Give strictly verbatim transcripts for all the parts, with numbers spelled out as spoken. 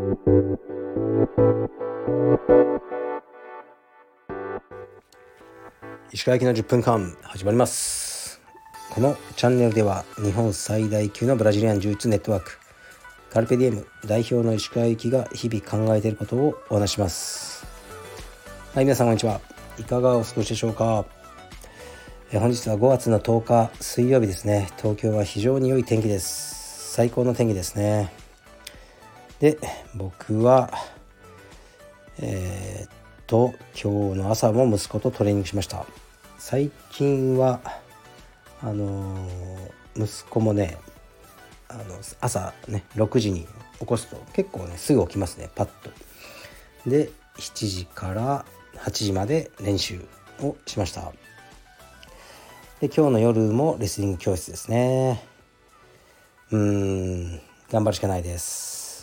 石川行きのじゅっぷんかん始まります。このチャンネルでは日本最大級のブラジリアン柔術ネットワークカルペディエム代表の石川行きが日々考えていることをお話します。はい、皆さんこんにちは。いかがお過ごしでしょうか。え本日はごがつのとおか水曜日ですね。東京は非常に良い天気です。最高の天気ですね。で、僕はえー、っと今日の朝も息子とトレーニングしました。最近はあのー、息子もねあの朝ねろくじに起こすと結構ねすぐ起きますね。パッとでしちじからはちじまで練習をしました。で今日の夜もレスリング教室ですね。うーん頑張るしかないです。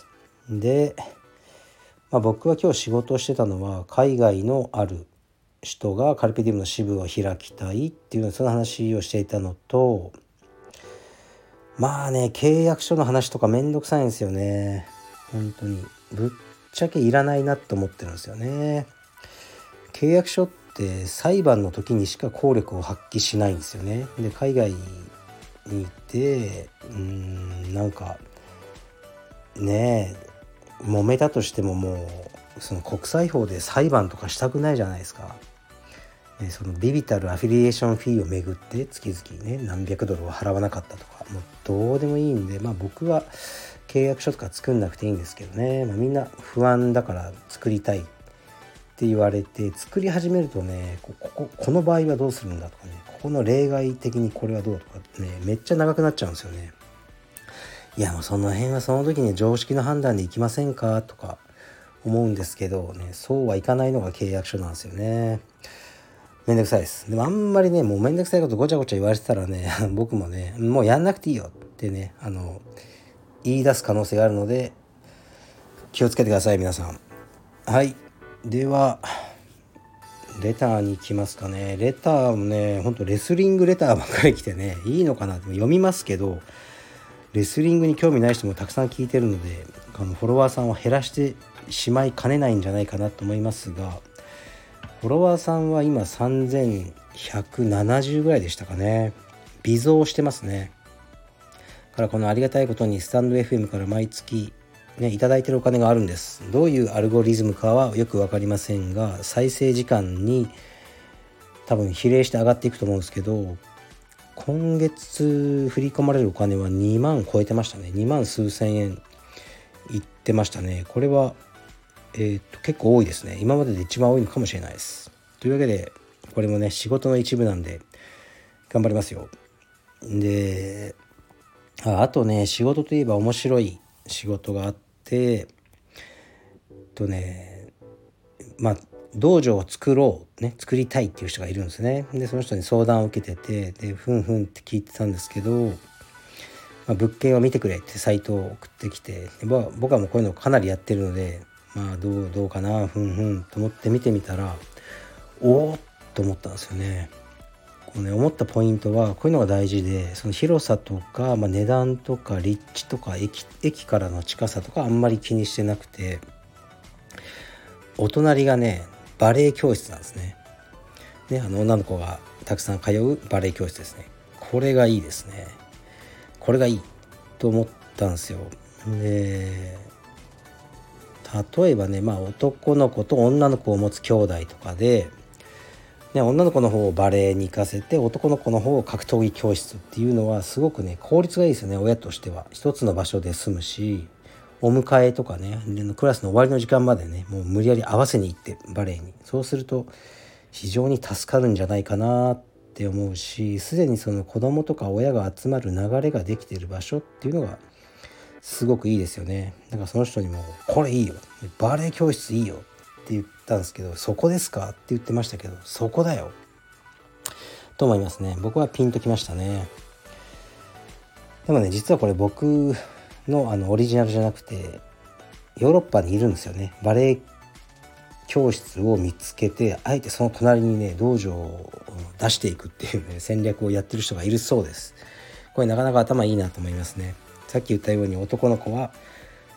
で、まあ、僕は今日仕事をしてたのは海外のある人がカルペディウムの支部を開きたいっていうその話をしていたのと、まあね契約書の話とかめんどくさいんですよね。本当にぶっちゃけいらないなと思ってるんですよね。契約書って裁判の時にしか効力を発揮しないんですよね。で海外にいてうーんなんかねえ揉めたとしてももうその国際法で裁判とかしたくないじゃないですか。ね、そのビビたるアフィリエーションフィーをめぐって月々ね何百ドルを払わなかったとかもうどうでもいいんで、まあ僕は契約書とか作んなくていいんですけどね、まあ、みんな不安だから作りたいって言われて作り始めるとねこここの場合はどうするんだとかねここの例外的にこれはどうとかねめっちゃ長くなっちゃうんですよね。いやもうその辺はその時に常識の判断でいきませんかとか思うんですけどね、そうはいかないのが契約書なんですよね。めんどくさいです。でもあんまりねもうめんどくさいことごちゃごちゃ言われてたらね僕もねもうやんなくていいよってねあの言い出す可能性があるので気をつけてください皆さん。はい、ではレターに行きますかね。レターもねほんとレスリングレターばっかり来てねいいのかなって読みますけど、レスリングに興味ない人もたくさん聞いてるのであのフォロワーさんを減らしてしまいかねないんじゃないかなと思いますが、フォロワーさんは今さんぜんひゃくななじゅうぐらいでしたかね。微増してますね。からこのありがたいことにスタンド エフエム から毎月ねいただいてるお金があるんです。どういうアルゴリズムかはよく分かりませんが再生時間に多分比例して上がっていくと思うんですけど、今月振り込まれるお金はにまん超えてましたね。にまん数千円いってましたね。これはえー、っと結構多いですね。今までで一番多いのかもしれないです。というわけでこれもね仕事の一部なんで頑張りますよ。で あ, あとね仕事といえば面白い仕事があってとねまあ道場を作ろうね作りたいっていう人がいるんですね。でその人に相談を受けててでふんふんって聞いてたんですけど、まあ、物件を見てくれってサイトを送ってきてで僕はもうこういうのかなりやってるのでまあどうどうかなふんふんと思って見てみたらおーっと思ったんですよね。こうね思ったポイントはこういうのが大事で、その広さとか、まあ、値段とか立地とか 駅, 駅からの近さとかあんまり気にしてなくて、お隣がねバレエ教室なんですね。ねあの女の子がたくさん通うバレエ教室ですね。これがいいですね。これがいいと思ったんですよ。で例えばね、まあ、男の子と女の子を持つ兄弟とかで、ね、女の子の方をバレエに行かせて男の子の方を格闘技教室っていうのはすごくね効率がいいですよね。親としては一つの場所で済むし、お迎えとかねクラスの終わりの時間までねもう無理やり合わせに行ってバレエにそうすると非常に助かるんじゃないかなって思うし、すでにその子供とか親が集まる流れができている場所っていうのがすごくいいですよね。だからその人にもこれいいよバレエ教室いいよって言ったんですけど、そこですかって言ってましたけどそこだよと思いますね。僕はピンときましたね。でもね実はこれ僕のあのオリジナルじゃなくてヨーロッパにいるんですよね。バレエ教室を見つけてあえてその隣にね道場を出していくっていうね戦略をやってる人がいるそうです。これなかなか頭いいなと思いますね。さっき言ったように男の子は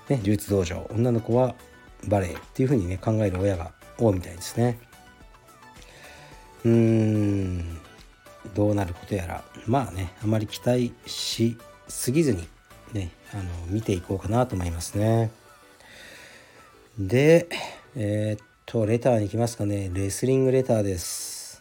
ね、柔術道場、女の子はバレエっていう風にね考える親が多いみたいですね。うーんどうなることやら、まあねあまり期待しすぎずにねあの見ていこうかなと思いますね。でえー、っとレターに行きますかね。レスリングレターです。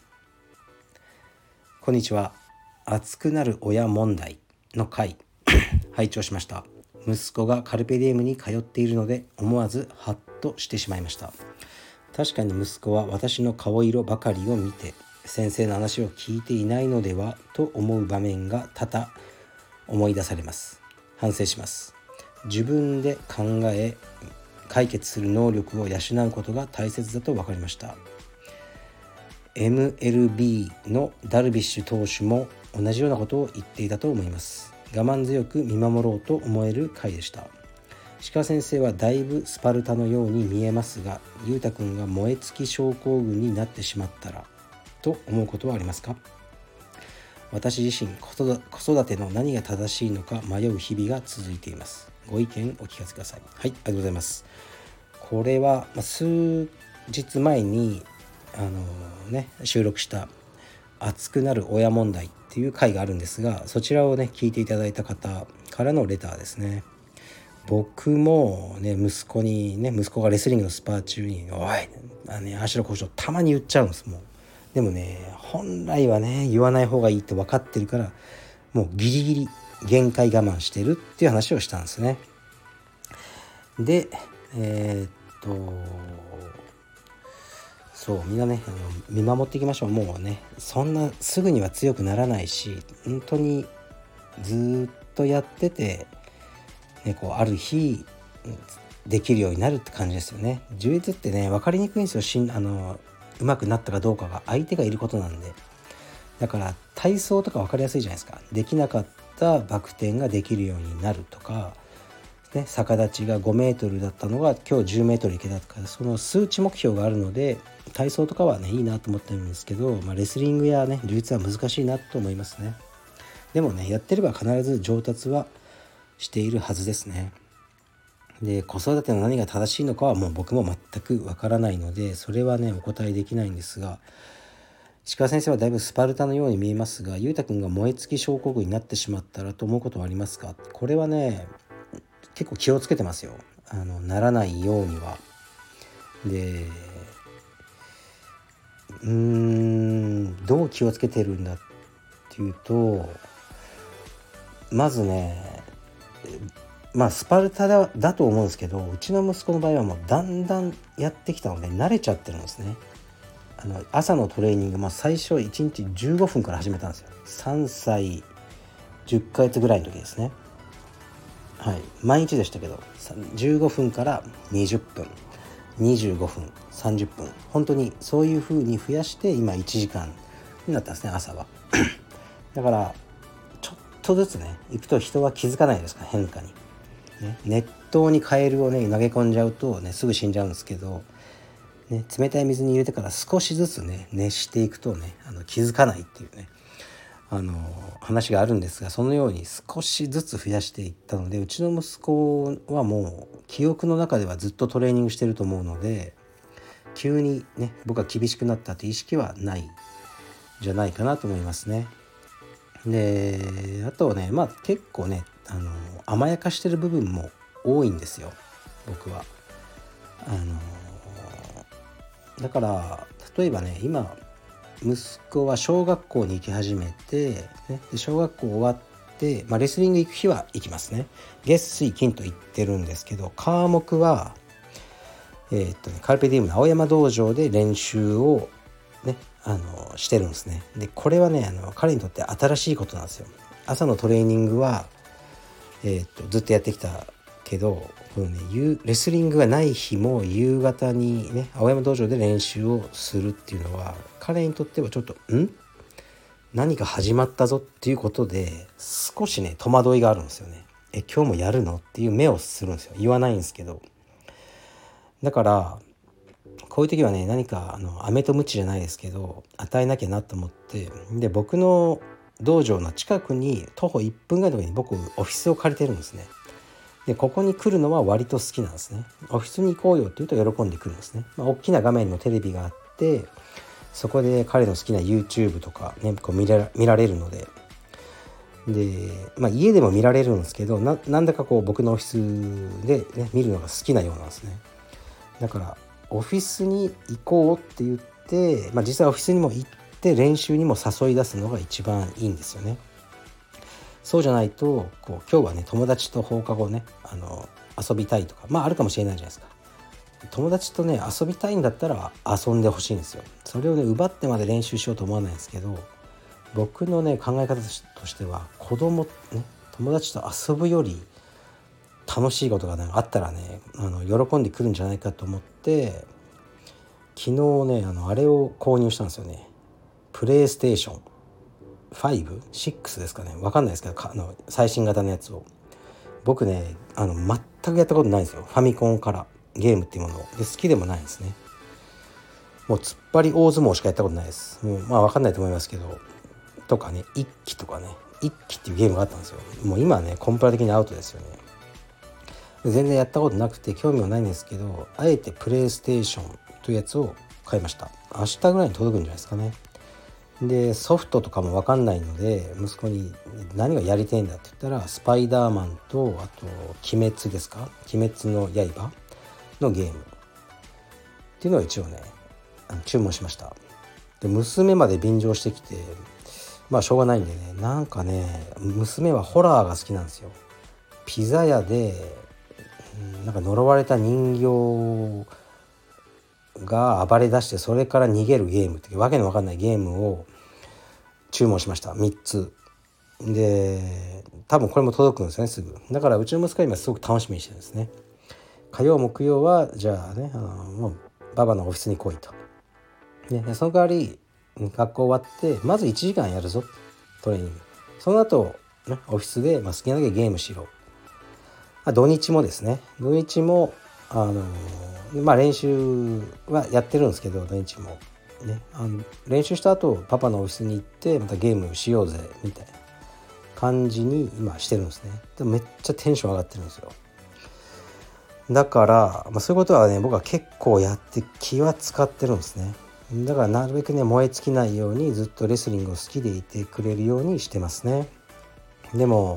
こんにちは。熱くなる親問題の回拝聴しました。息子がカルペディエムに通っているので思わずハッとしてしまいました。確かに息子は私の顔色ばかりを見て先生の話を聞いていないのではと思う場面が多々思い出されます。反省します。自分で考え解決する能力を養うことが大切だと分かりました。 エムエルビー のダルビッシュ投手も同じようなことを言っていたと思います。我慢強く見守ろうと思える回でした。鹿先生はだいぶスパルタのように見えますが、ゆうたくんが燃え尽き症候群になってしまったらと思うことはありますか？私自身子育ての何が正しいのか迷う日々が続いています。ご意見お聞かせください。はい、ありがとうございます。これは数日前にあのね収録した熱くなる親問題っていう回があるんですが、そちらをね聞いていただいた方からのレターですね。僕もね息子にね息子がレスリングのスパー中においあのねあしろこうしろたまに言っちゃうんです。もうでもね本来はね言わない方がいいって分かってるからもうギリギリ限界我慢してるっていう話をしたんですね。でえー、っとそうみんなねあの見守っていきましょう。もうねそんなすぐには強くならないし、本当にずっとやってて、ね、こうある日できるようになるって感じですよね。充実ってね分かりにくいんですよ。しんあの上手くなったかどうかが相手がいることなんで。だから体操とか分かりやすいじゃないですか。できなかったバク転ができるようになるとか、ね、逆立ちがごメートルだったのが今日じゅうメートルいけたとか、その数値目標があるので体操とかはねいいなと思ってるんですけど、まあ、レスリングやね柔術は難しいなと思いますね。でもねやってれば必ず上達はしているはずですね。で子育ての何が正しいのかはもう僕も全くわからないので、それはねお答えできないんですが、鹿先生はだいぶスパルタのように見えますが、ゆうたくんが燃え尽き症候群になってしまったらと思うことはありますか？これはね結構気をつけてますよ。あのならないようには。でうーんどう気をつけてるんだっていうと、まずねまあスパルタ だ, だと思うんですけど、うちの息子の場合はもうだんだんやってきたので慣れちゃってるんですね。あの朝のトレーニング、まあ、最初いちにちじゅうごふんから始めたんですよ。さんさいじゅっかげつぐらいの時ですね。はい、毎日でしたけどじゅうごふんからにじゅっぷんにじゅうごふんさんじゅっぷん、本当にそういう風に増やして今いちじかんになったんですね朝はだからちょっとずつね行くと人は気づかないですか変化に、ね、熱湯にカエルをね投げ込んじゃうとねすぐ死んじゃうんですけど、ね、冷たい水に入れてから少しずつね熱していくとねあの気づかないっていうねあの話があるんですが、そのように少しずつ増やしていったので、うちの息子はもう記憶の中ではずっとトレーニングしてると思うので、急にね僕は厳しくなったという意識はないじゃないかなと思いますね。であとはねまあ結構ねあの甘やかしてる部分も多いんですよ僕は。あのだから例えばね今息子は小学校に行き始めて、ね、で小学校終わって、まあ、レスリング行く日は行きますね。月水金と行ってるんですけど、科目は、えーっとね、カルペディウムの青山道場で練習を、ね、あのしてるんですね。でこれはねあの彼にとって新しいことなんですよ。朝のトレーニングは、えーっとずっとやってきたけど、このね、レスリングがない日も夕方にね青山道場で練習をするっていうのは彼にとってはちょっとん何か始まったぞっていうことで少しね戸惑いがあるんですよね。え今日もやるのっていう目をするんですよ。言わないんですけど。だからこういう時はね何かあの飴と鞭じゃないですけど与えなきゃなと思って、で僕の道場の近くに徒歩いっぷんぐらいのところに僕オフィスを借りてるんですね。 でここに来るのは割と好きなんですね。オフィスに行こうよって言うと喜んでくるんですね。まあ、大きな画面のテレビがあって、そこで彼の好きな YouTube とかねこう見ら、見られるので、で、まあ、家でも見られるんですけど、 な, なんだかこう僕のオフィスで、ね、見るのが好きなようなんですね。だからオフィスに行こうって言って、まあ、実際オフィスにも行って練習にも誘い出すのが一番いいんですよね。そうじゃないとこう今日はね友達と放課後ねあの遊びたいとかまああるかもしれないじゃないですか。友達とね遊びたいんだったら遊んでほしいんですよ。それをね奪ってまで練習しようと思わないんですけど、僕のね考え方としては子供ね友達と遊ぶより楽しいことが、ね、あったらねあの喜んでくるんじゃないかと思って、昨日ねあのあれを購入したんですよね。プレイステーションファイブ、シックスですかね、わかんないですけどあの最新型のやつを僕ねあの全くやったことないんですよ。ファミコンからゲームっていうもので好きでもないんですね。もう突っ張り大相撲しかやったことないです。もうまあわかんないと思いますけど、とかね一機とかね一機っていうゲームがあったんですよ。もう今はねコンプラ的にアウトですよね。全然やったことなくて興味もないんですけど、あえてプレイステーションというやつを買いました。明日ぐらいに届くんじゃないですかね。でソフトとかも分かんないので息子に何がやりたいんだって言ったらスパイダーマンとあと鬼滅ですか、鬼滅の刃のゲームっていうのを一応ね注文しました。で娘まで便乗してきて、まあしょうがないんでね、なんかね娘はホラーが好きなんですよ。ピザ屋でなんか呪われた人形が暴れ出してそれから逃げるゲームっていうわけのわかんないゲームを注文しました。みっつで多分これも届くんですよねすぐ。だからうちの息子は今すごく楽しみにしてるんですね。火曜木曜はじゃあねあのもうババのオフィスに来いと、ね、その代わり学校終わってまずいちじかんやるぞトレーニング、その後、ね、オフィスで、まあ、好きなだけゲームしろ。土日もですね土日もあのまあ練習はやってるんですけど、土日もねあの練習した後パパのオフィスに行ってまたゲームしようぜみたいな感じに今してるんですね。でもめっちゃテンション上がってるんですよ。だから、まあ、そういうことはね僕は結構やって気は使ってるんですね。だからなるべくね燃え尽きないようにずっとレスリングを好きでいてくれるようにしてますね。でも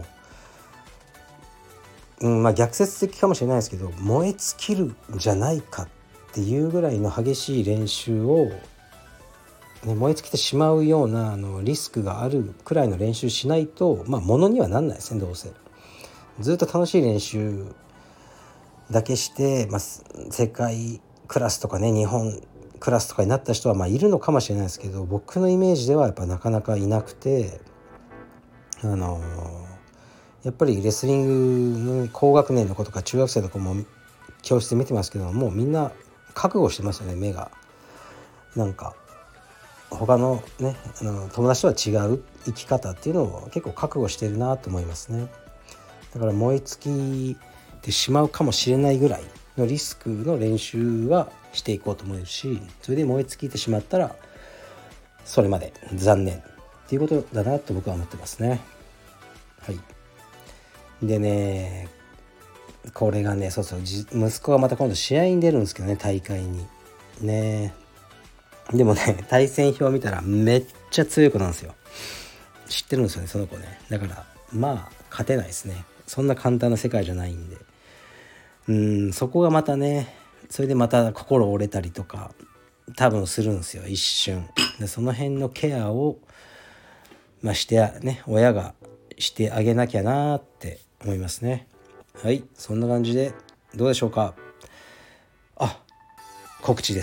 うんまあ、逆説的かもしれないですけど燃え尽きるんじゃないかっていうぐらいの激しい練習を、ね、燃え尽きてしまうようなあのリスクがあるくらいの練習しないとまあものにはなんないですね。どうせずっと楽しい練習だけして、まあ、世界クラスとかね日本クラスとかになった人はまあいるのかもしれないですけど、僕のイメージではやっぱなかなかいなくて、あのーやっぱりレスリングの高学年の子とか中学生の子も教室で見てますけどもうみんな覚悟してますよね。目がなんか他のねあの友達とは違う生き方っていうのを結構覚悟してるなと思いますね。だから燃え尽きてしまうかもしれないぐらいのリスクの練習はしていこうと思うし、それで燃え尽きてしまったらそれまで残念っていうことだなと僕は思ってますね。はいでねこれがねそうそう息子がまた今度試合に出るんですけどね、大会にね。でもね対戦表を見たらめっちゃ強い子なんですよ。知ってるんですよねその子ね。だからまあ勝てないですね。そんな簡単な世界じゃないんで、うーんそこがまたねそれでまた心折れたりとか多分するんですよ一瞬で。その辺のケアを、まあ、してね親がしてあげなきゃなって思いますね。はいそんな感じでどうでしょうか。あ告知です。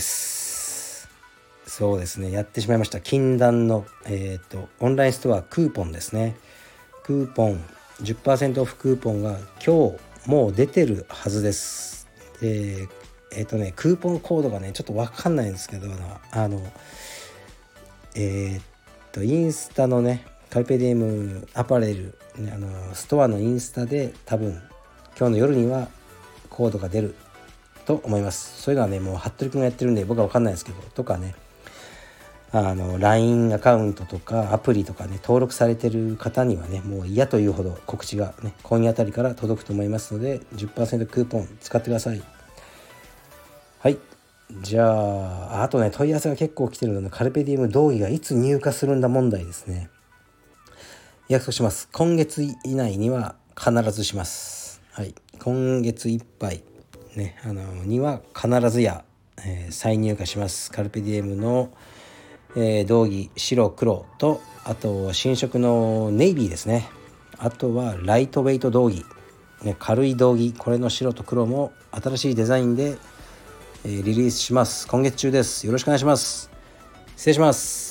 そうですねやってしまいました。禁断の、えー、とオンラインストアクーポンですね。クーポン じゅっパーセント オフクーポンが今日もう出てるはずです。でえっ、ー、とねクーポンコードがねちょっと分かんないんですけどあのえっ、ー、とインスタのねカルペディエムアパレル、ね、あのストアのインスタで多分今日の夜にはコードが出ると思います。そういうのはねもう服部くんがやってるんで僕は分かんないですけどとかね、 あの ライン アカウントとかアプリとかね登録されてる方にはねもう嫌というほど告知がね今夜あたりから届くと思いますので じゅっパーセント クーポン使ってください。はい、じゃああとね問い合わせが結構来てるのでカルペディウム道着がいつ入荷するんだ問題ですね。約束します。今月以内には必ずします。はい、今月いっぱいねあのには必ずや、えー、再入荷します。カルペディウムのえー、道着白黒とあと新色のネイビーですね。あとはライトウェイト道着、ね、軽い道着、これの白と黒も新しいデザインで、えー、リリースします。今月中です。よろしくお願いします。失礼します。